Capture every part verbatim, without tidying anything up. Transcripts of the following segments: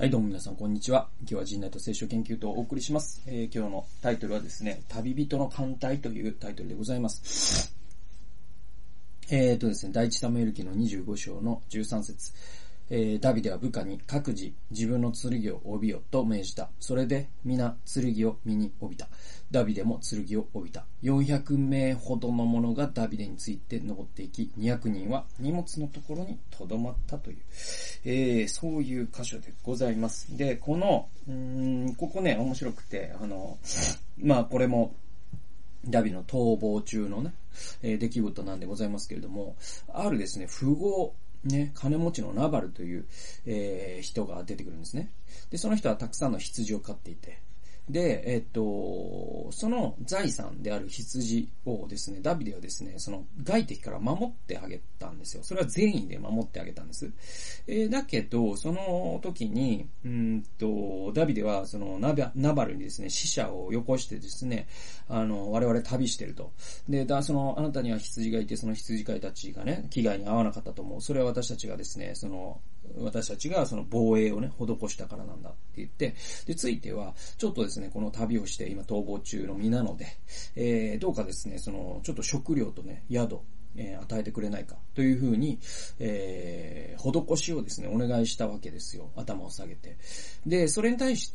はい、どうも皆さん、こんにちは。今日は陣内と聖書研究とお送りします。えー、今日のタイトルはですね、旅人の艦隊というタイトルでございます。えーとですね、第一サムエル記のにじゅうご章のじゅうさん節。えー、ダビデは部下に各自自分の剣を帯びよと命じた。それで皆剣を身に帯びた。ダビデも剣を帯びた。よんひゃくめいほどの者がダビデについて登っていき、にひゃくにんは荷物のところに留まったという、えー、そういう箇所でございます。で、この、うーん、ここね、面白くて、あの、まあこれも、ダビデの逃亡中のね、えー、出来事なんでございますけれども、あるですね、富豪、ね、金持ちのナバルという、えー、人が出てくるんですね。で、その人はたくさんの羊を飼っていて、で、えっと、その財産である羊をですね、ダビデはですね、その外敵から守ってあげたんですよ。それは善意で守ってあげたんです。えー、だけど、その時に、うんと、ダビデはそのナバ、ナバルにですね、死者をよこしてですね、あの、我々旅してると。で、だ、その、あなたには羊がいて、その羊飼いたちがね、危害に遭わなかったと思う。それは私たちがですね、その、私たちがその防衛をね、施したからなんだって言って、で、ついては、ちょっとですね、この旅をして今逃亡中の身なので、えー、どうかですね、その、ちょっと食料とね、宿、えー、与えてくれないか、というふうに、えー、施しをですね、お願いしたわけですよ。頭を下げて。で、それに対して、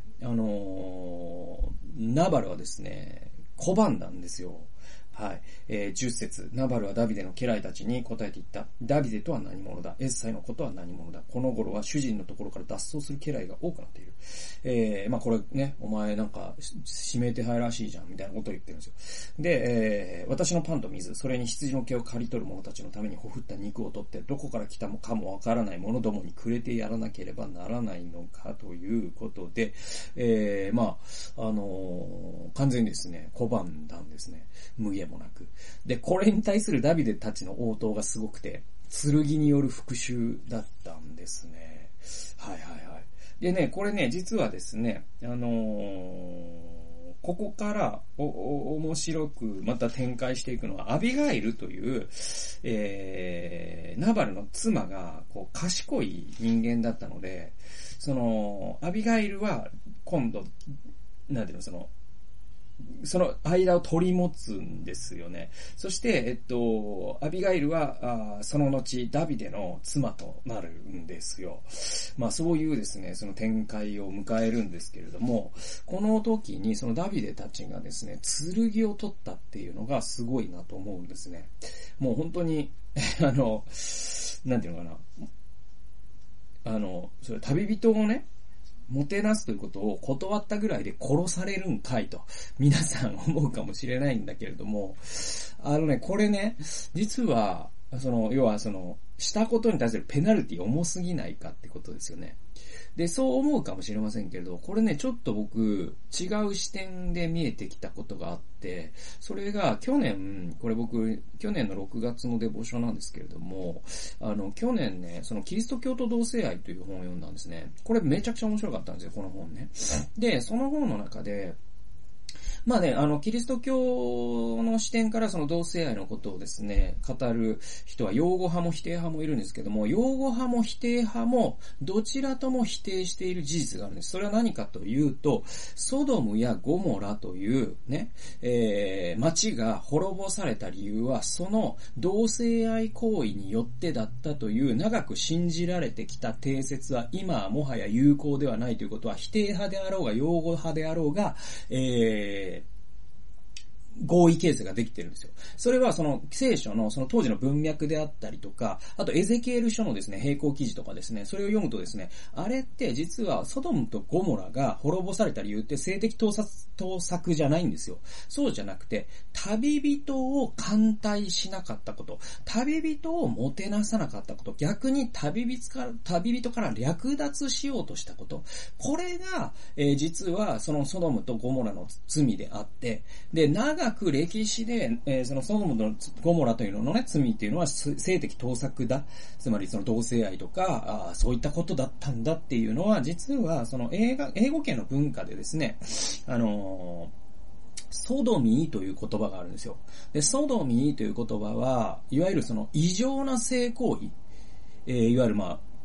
あのー、ナバルはですね、拒んだんですよ。はい。えー、じゅっ節。ナバルはダビデの家来たちに答えて言った。ダビデとは何者だ？エッサイのことは何者だ？この頃は主人のところから脱走する家来が多くなっている。えー、まあこれね、お前なんか指名手配らしいじゃん、みたいなことを言ってるんですよ。で、えー、私のパンと水、それに羊の毛を刈り取る者たちのためにほふった肉を取って、どこから来たもかもわからない者どもにくれてやらなければならないのかということで、えー、まあ、あのー、完全にですね、拒んだんですね。無限もなく。で、これに対するダビデたちの応答がすごくて、剣による復讐だったんですね。はいはいはい。でね、これね、実はですね、あのー、ここからおお面白くまた展開していくのは、アビガイルという、えー、ナバルの妻がこう賢い人間だったので、その、アビガイルは今度、なんていうの、その、その間を取り持つんですよね。そして、えっと、アビガイルは、あその後、ダビデの妻となるんですよ。まあそういうですね、その展開を迎えるんですけれども、この時にそのダビデたちがですね、剣を取ったっていうのがすごいなと思うんですね。もう本当に、あの、なんていうのかな。あの、それ旅人をね、もてなすということを断ったぐらいで殺されるんかいと皆さん思うかもしれないんだけれども、あのね、これね、実は、その、要はその、したことに対するペナルティ重すぎないかってことですよね。で、そう思うかもしれませんけれど、これね、ちょっと僕、違う視点で見えてきたことがあって、それが去年、これ僕、去年のろくがつのデボーションなんですけれども、あの、去年ね、そのキリスト教と同性愛という本を読んだんですね。これめちゃくちゃ面白かったんですよ、この本ね。で、その本の中で、まあね、あの、キリスト教の視点からその同性愛のことをですね、語る人は擁護派も否定派もいるんですけども、擁護派も否定派もどちらとも否定している事実があるんです。それは何かというと、ソドムやゴモラというね、えー、町が滅ぼされた理由は、その同性愛行為によってだったという長く信じられてきた定説は今はもはや有効ではないということは、否定派であろうが擁護派であろうが、えー合意形成ができてるんですよ。それはその聖書のその当時の文脈であったりとか、あとエゼキエル書のですね、並行記事とかですね、それを読むとですね、あれって実はソドムとゴモラが滅ぼされた理由って性的盗作、盗作じゃないんですよ。そうじゃなくて、旅人を歓待しなかったこと、旅人をもてなさなかったこと、逆に旅人から、旅人から略奪しようとしたこと、これが、えー、実はそのソドムとゴモラの罪であって、で、長く歴史で、えー、そのソドムとゴモラというののね、罪っていうのは性的盗作だ。つまりその同性愛とか、あそういったことだったんだっていうのは、実はその英語、英語圏の文化でですね、あのー、ソドミーという言葉があるんですよ。で、ソドミーという言葉は、いわゆるその異常な性行為、えー、いわゆるまあ、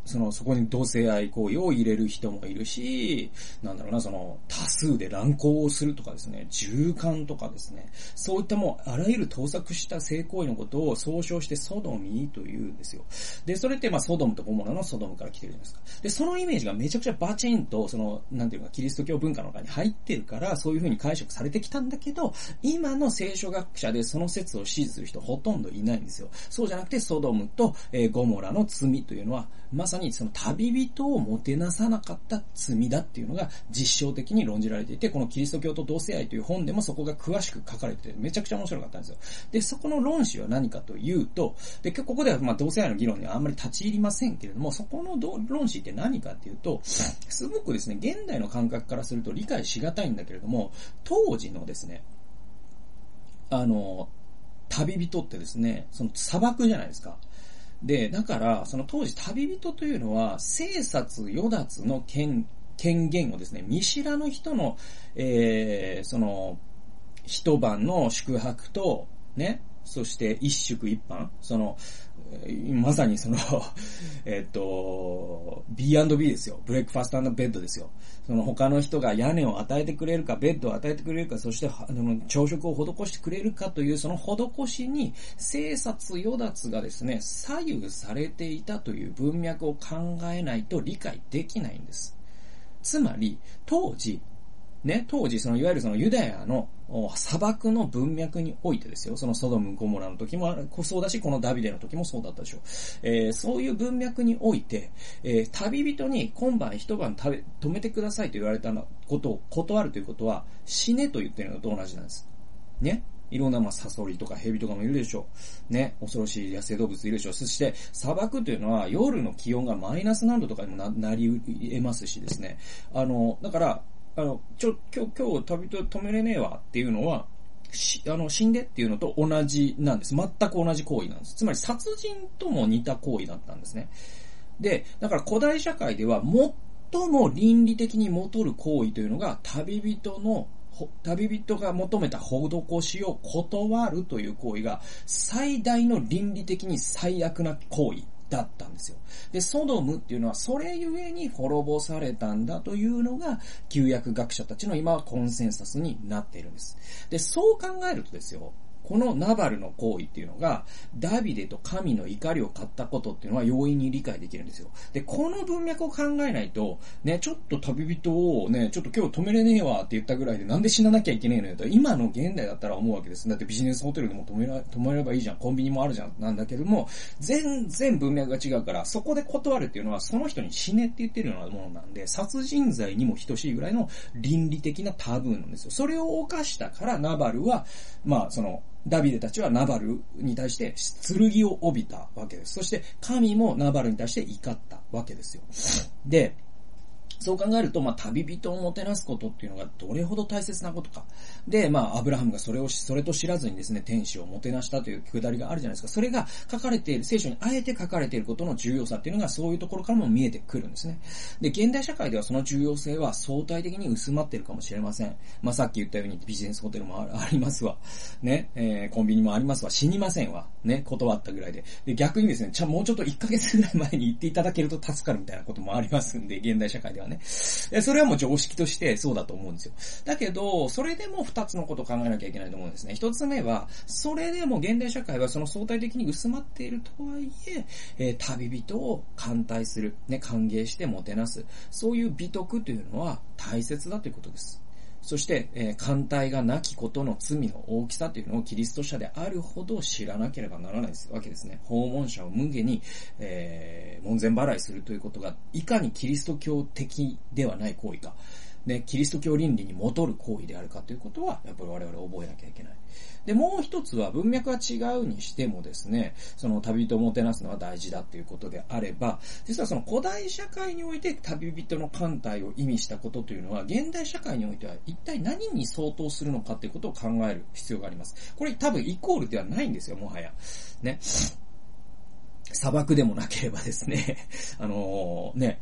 その、そこに同性愛行為を入れる人もいるし、なんだろうな、その、多数で乱行をするとかですね、従姦とかですね、そういったもう、あらゆる盗作した性行為のことを総称してソドミと言うんですよ。で、それって、まあ、ソドムとゴモラのソドムから来てるじゃないですか。で、そのイメージがめちゃくちゃバチンと、その、なんていうか、キリスト教文化の中に入ってるから、そういう風に解釈されてきたんだけど、今の聖書学者でその説を支持する人ほとんどいないんですよ。そうじゃなくて、ソドムと、えー、ゴモラの罪というのは、まさにその旅人をもてなさなかった罪だっていうのが実証的に論じられていて、このキリスト教と同性愛という本でもそこが詳しく書かれてて、めちゃくちゃ面白かったんですよ。で、そこの論旨は何かというと、で、ここではまあ同性愛の議論にはあんまり立ち入りませんけれども、そこの論旨って何かっていうと、すごくですね、現代の感覚からすると理解しがたいんだけれども、当時のですね、あの、旅人ってですね、その砂漠じゃないですか。で、だから、その当時旅人というのは、生殺与奪の権、権限をですね、見知らぬ人の、えー、その、一晩の宿泊と、ね、そして一宿一飯、その、まさにその、えっと、ビーアンドビー ですよ。ブレックファスト&ベッドですよ。その他の人が屋根を与えてくれるか、ベッドを与えてくれるか、そしてあの朝食を施してくれるかというその施しに、生殺与奪がですね、左右されていたという文脈を考えないと理解できないんです。つまり、当時、ね、当時、その、いわゆるそのユダヤの砂漠の文脈においてですよ。そのソドム・ゴモラの時もそうだし、このダビデの時もそうだったでしょう。えー、そういう文脈において、えー、旅人に今晩一晩食べ、止めてくださいと言われたことを断るということは、死ねと言ってるのと同じなんです。ね。いろんな、まあ、サソリとかヘビとかもいるでしょう。ね。恐ろしい野生動物いるでしょう。そして、砂漠というのは夜の気温がマイナス何度とかにも な, なり得ますしですね。あの、だから、あの、ちょ、今日、今日旅人止めれねえわっていうのは、し、あの、死んでっていうのと同じなんです。全く同じ行為なんです。つまり殺人とも似た行為だったんですね。で、だから古代社会では最も倫理的に戻る行為というのが旅人の旅人が求めた施しを断るという行為が最大の倫理的に最悪な行為だったんですよ。で、ソドムっていうのはそれゆえに滅ぼされたんだというのが旧約学者たちの今はコンセンサスになっているんです。で、そう考えるとですよ、このナバルの行為っていうのがダビデと神の怒りを買ったことっていうのは容易に理解できるんですよ。で、この文脈を考えないとね、ちょっと旅人をね、ちょっと今日止めれねえわって言ったぐらいでなんで死ななきゃいけねえのよと今の現代だったら思うわけです。だってビジネスホテルでも止めら止めればいいじゃん、コンビニもあるじゃんなんだけども、全然文脈が違うからそこで断るっていうのはその人に死ねって言ってるようなものなんで、殺人罪にも等しいぐらいの倫理的なタブーなんですよ。それを犯したからナバルはまあそのダビデたちはナバルに対して剣を帯びたわけです。そして神もナバルに対して怒ったわけですよ。で、そう考えると、まあ、旅人をもてなすことっていうのがどれほど大切なことか。で、まあ、アブラハムがそれを、それと知らずにですね、天使をもてなしたというくだりがあるじゃないですか。それが書かれている、聖書にあえて書かれていることの重要さっていうのがそういうところからも見えてくるんですね。で、現代社会ではその重要性は相対的に薄まっているかもしれません。まあ、さっき言ったようにビジネスホテルもありますわ。ね、えー、コンビニもありますわ。死にませんわ。ね、断ったぐらいで。で、逆にですね、ちゃ、もうちょっといっかげつぐらい前に言っていただけると助かるみたいなこともありますんで、現代社会ではね。それはもう常識としてそうだと思うんですよ。だけど、それでも二つのことを考えなきゃいけないと思うんですね。一つ目は、それでも現代社会はその相対的に薄まっているとはいえ、えー、旅人を歓待する、ね、歓迎してもてなす。そういう美徳というのは大切だということです。そして、えー、歓待がなきことの罪の大きさというのをキリスト者であるほど知らなければならないわけですね。訪問者を無下に、えー、門前払いするということが、いかにキリスト教的ではない行為か、ね、キリスト教倫理に戻る行為であるかということは、やっぱり我々覚えなきゃいけない。で、もう一つは文脈が違うにしてもですね、その旅人をもてなすのは大事だということであれば、実はその古代社会において旅人の歓待を意味したことというのは、現代社会においては一体何に相当するのかということを考える必要があります。これ多分イコールではないんですよ、もはや。ね。砂漠でもなければですね、あのー、ね、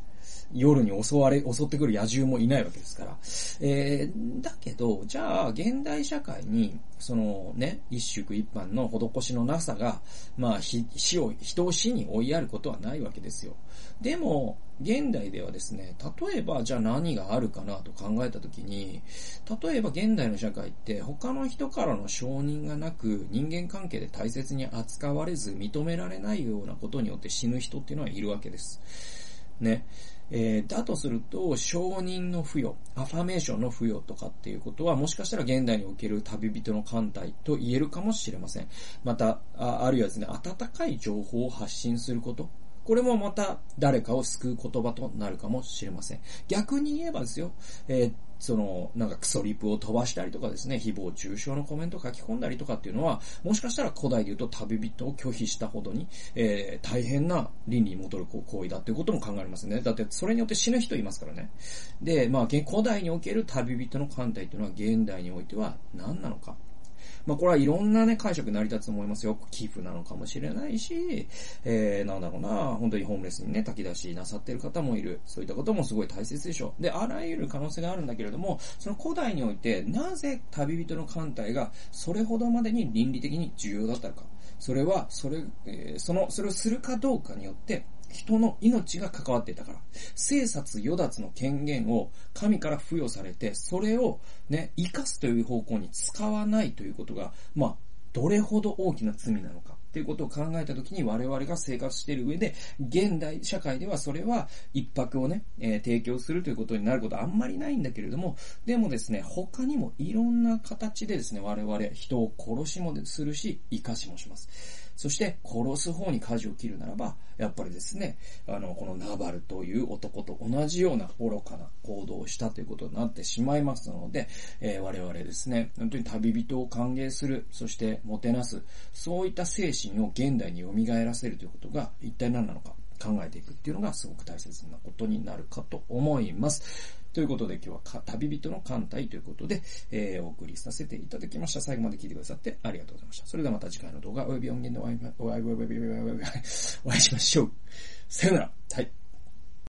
夜に襲われ、襲ってくる野獣もいないわけですから。えー、だけど、じゃあ、現代社会に、そのね、一宿一般の施しのなさが、まあ、死を、人を死に追いやることはないわけですよ。でも、現代ではですね、例えば、じゃあ何があるかなと考えたときに、例えば現代の社会って他の人からの承認がなく人間関係で大切に扱われず認められないようなことによって死ぬ人っていうのはいるわけです。ね。えー、だとすると、承認の付与、アファメーションの付与とかっていうことは、もしかしたら現代における旅人の艦隊と言えるかもしれません。また、あ、あるいはですね、温かい情報を発信すること。これもまた誰かを救う言葉となるかもしれません。逆に言えばですよ、えー、その、なんかクソリプを飛ばしたりとかですね、誹謗中傷のコメントを書き込んだりとかっていうのは、もしかしたら古代で言うと旅人を拒否したほどに、えー、大変な倫理に戻る行為だということも考えられますね。だってそれによって死ぬ人いますからね。で、まあ、古代における旅人の艦隊というのは現代においては何なのか。まあこれはいろんなね解釈成り立つと思いますよ。寄付なのかもしれないし、えー、なんだろうな、本当にホームレスにね、炊き出しなさっている方もいる。そういったこともすごい大切でしょう。で、あらゆる可能性があるんだけれども、その古代において、なぜ旅人の艦隊がそれほどまでに倫理的に重要だったのか。それは、それ、えー、その、それをするかどうかによって、人の命が関わっていたから。生殺与奪の権限を神から付与されて、それをね、生かすという方向に使わないということが、まあ、どれほど大きな罪なのかっていうことを考えたときに我々が生活している上で、現代社会ではそれは一泊をね、えー、提供するということになることはあんまりないんだけれども、でもですね、他にもいろんな形でですね、我々人を殺しもするし、生かしもします。そして殺す方に舵を切るならば、やっぱりですね、あの、このナバルという男と同じような愚かな行動をしたということになってしまいますので、えー、我々ですね、本当に旅人を歓迎する、そしてもてなす、そういった精神を現代に蘇らせるということが一体何なのか考えていくっていうのがすごく大切なことになるかと思います。ということで今日は旅人の艦隊ということで、えー、お送りさせていただきました。最後まで聞いてくださってありがとうございました。それではまた次回の動画および音源でお会いしましょう。さよなら。